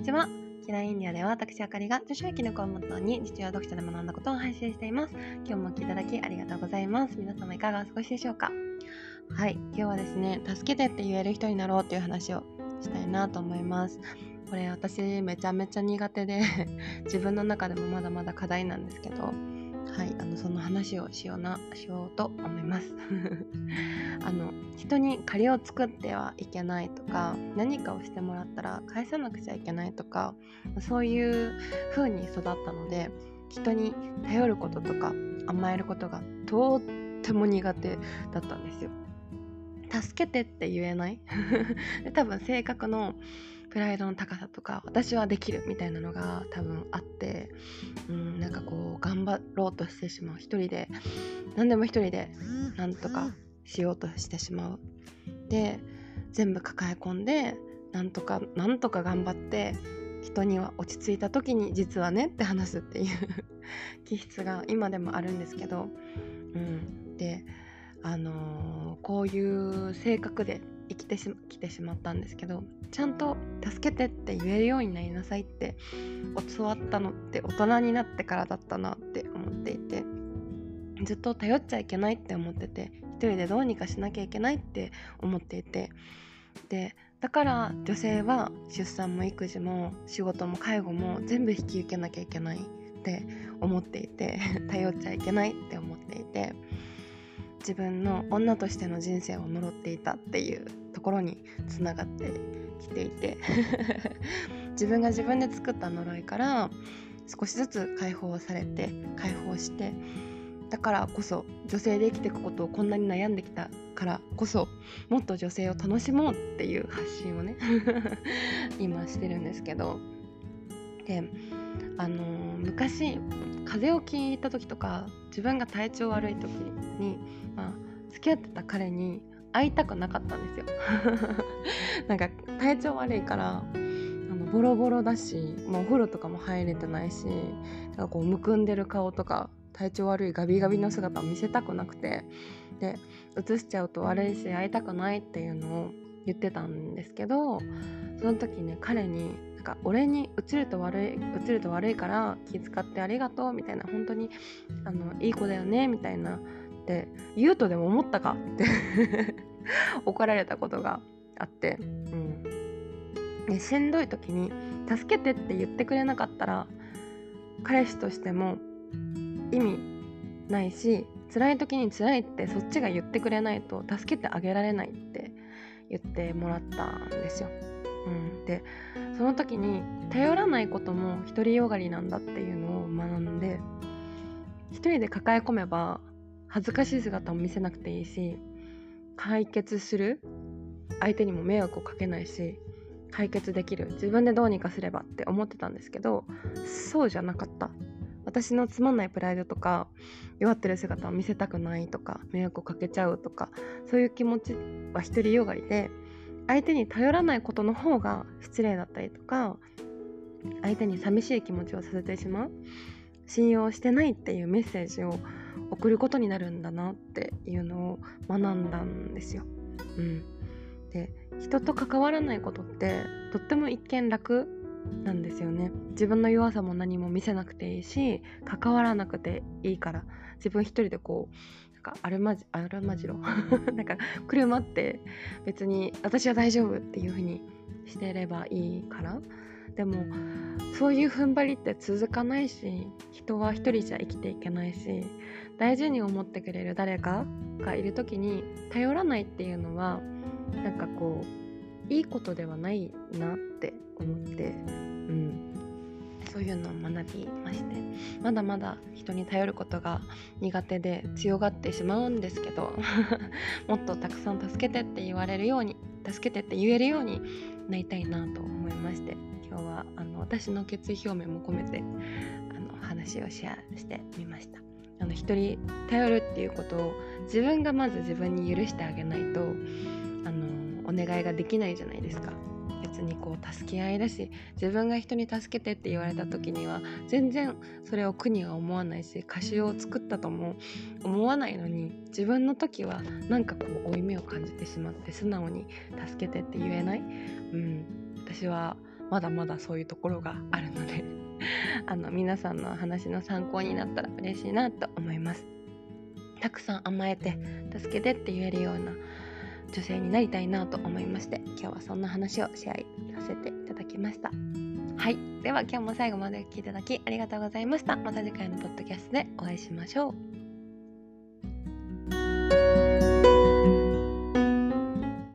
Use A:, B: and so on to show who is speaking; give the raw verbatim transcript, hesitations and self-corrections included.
A: ちは。キラインディアでは私あかりが著書や記録をモットーに日常読書で学んだことを配信しています。今日もお聞きいただきありがとうございます。皆様いかがお過ごしでしょうか。はい、今日はですね、助けてって言える人になろうという話をしたいなと思います。これ私めちゃめちゃ苦手で自分の中でもまだまだ課題なんですけど、はい、あのその話をしようなしようと思いますあの人に借りを作ってはいけないとか、何かをしてもらったら返さなくちゃいけないとか、そういう風に育ったので、人に頼ることとか甘えることがとっても苦手だったんですよ。助けてって言えないで多分性格のプライドの高さとか、私はできるみたいなのが多分あって、うん、なんかこう頑張ろうとしてしまう。一人で何でも一人でなんとかしようとしてしまう。で全部抱え込んでなんとかなんとか頑張って、人には落ち着いた時に実はねって話すっていう気質が今でもあるんですけど、うん、であのー、こういう性格で生きてしきてしまったんですけど、ちゃんと助けてって言えるようになりなさいって教わったのって大人になってからだったなって思っていて、ずっと頼っちゃいけないって思ってて、一人でどうにかしなきゃいけないって思っていて、でだから女性は出産も育児も仕事も介護も全部引き受けなきゃいけないって思っていて頼っちゃいけないって思っていて、自分の女としての人生を呪っていたっていうところにつながってきていて自分が自分で作った呪いから少しずつ解放されて解放して、だからこそ女性で生きていくことをこんなに悩んできたからこそ、もっと女性を楽しもうっていう発信をね今してるんですけど、であのー、昔風邪をひいた時とか、自分が体調悪い時に、まあ、付き合ってた彼に会いたくなかったんですよなんか体調悪いからあのボロボロだし、もうお風呂とかも入れてないし、なんかこうむくんでる顔とか体調悪いガビガビの姿を見せたくなくて、で映しちゃうと悪いし会いたくないっていうのを言ってたんですけど、その時ね、彼になんか俺に映ると悪い映ると悪いから気遣ってありがとうみたいな、本当にあのいい子だよねみたいなって言うとでも思ったかって怒られたことがあって、うんでしんどい時に助けてって言ってくれなかったら彼氏としても意味ないし、辛い時に辛いってそっちが言ってくれないと助けてあげられないって言ってもらったんですよ、うん、でその時に頼らないことも独りよがりなんだっていうのを学んで、一人で抱え込めば恥ずかしい姿を見せなくていいし、解決する相手にも迷惑をかけないし、解決できる、自分でどうにかすればって思ってたんですけど、そうじゃなかった。私のつまんないプライドとか、弱ってる姿を見せたくないとか、迷惑をかけちゃうとか、そういう気持ちは独りよがりで、相手に頼らないことの方が失礼だったりとか、相手に寂しい気持ちをさせてしまう、信用してないっていうメッセージを送ることになるんだなっていうのを学んだんですよ、うん、で人と関わらないことってとっても一見楽なんですよね。自分の弱さも何も見せなくていいし、関わらなくていいから、自分一人でこうなんかアルマジアルマジロなんか車って別に私は大丈夫っていう風にしてればいいから。でもそういう踏ん張りって続かないし、人は一人じゃ生きていけないし、大事に思ってくれる誰かがいる時に頼らないっていうのはなんかこういいことではないなって思って、うん、そういうのを学びまして、まだまだ人に頼ることが苦手で強がってしまうんですけどもっとたくさん助けてって言われるように、助けてって言えるようになりたいなと思いまして、今日はあの私の決意表明も込めてあの話をシェアしてみました。あの人に頼るっていうことを自分がまず自分に許してあげないとあのお願いができないじゃないですか。別にこう助け合いだし、自分が人に助けてって言われた時には全然それを苦には思わないし、歌集を作ったとも思わないのに、自分の時はなんかこう負い目を感じてしまって素直に助けてって言えない、うん、私はまだまだそういうところがあるのであの皆さんの話の参考になったら嬉しいなと思います。たくさん甘えて助けてって言えるような女性になりたいなと思いまして、今日はそんな話をシェアさせていただきました。はい、では今日も最後までお聞きいただきありがとうございました。また次回のポッドキャストでお会いしましょう。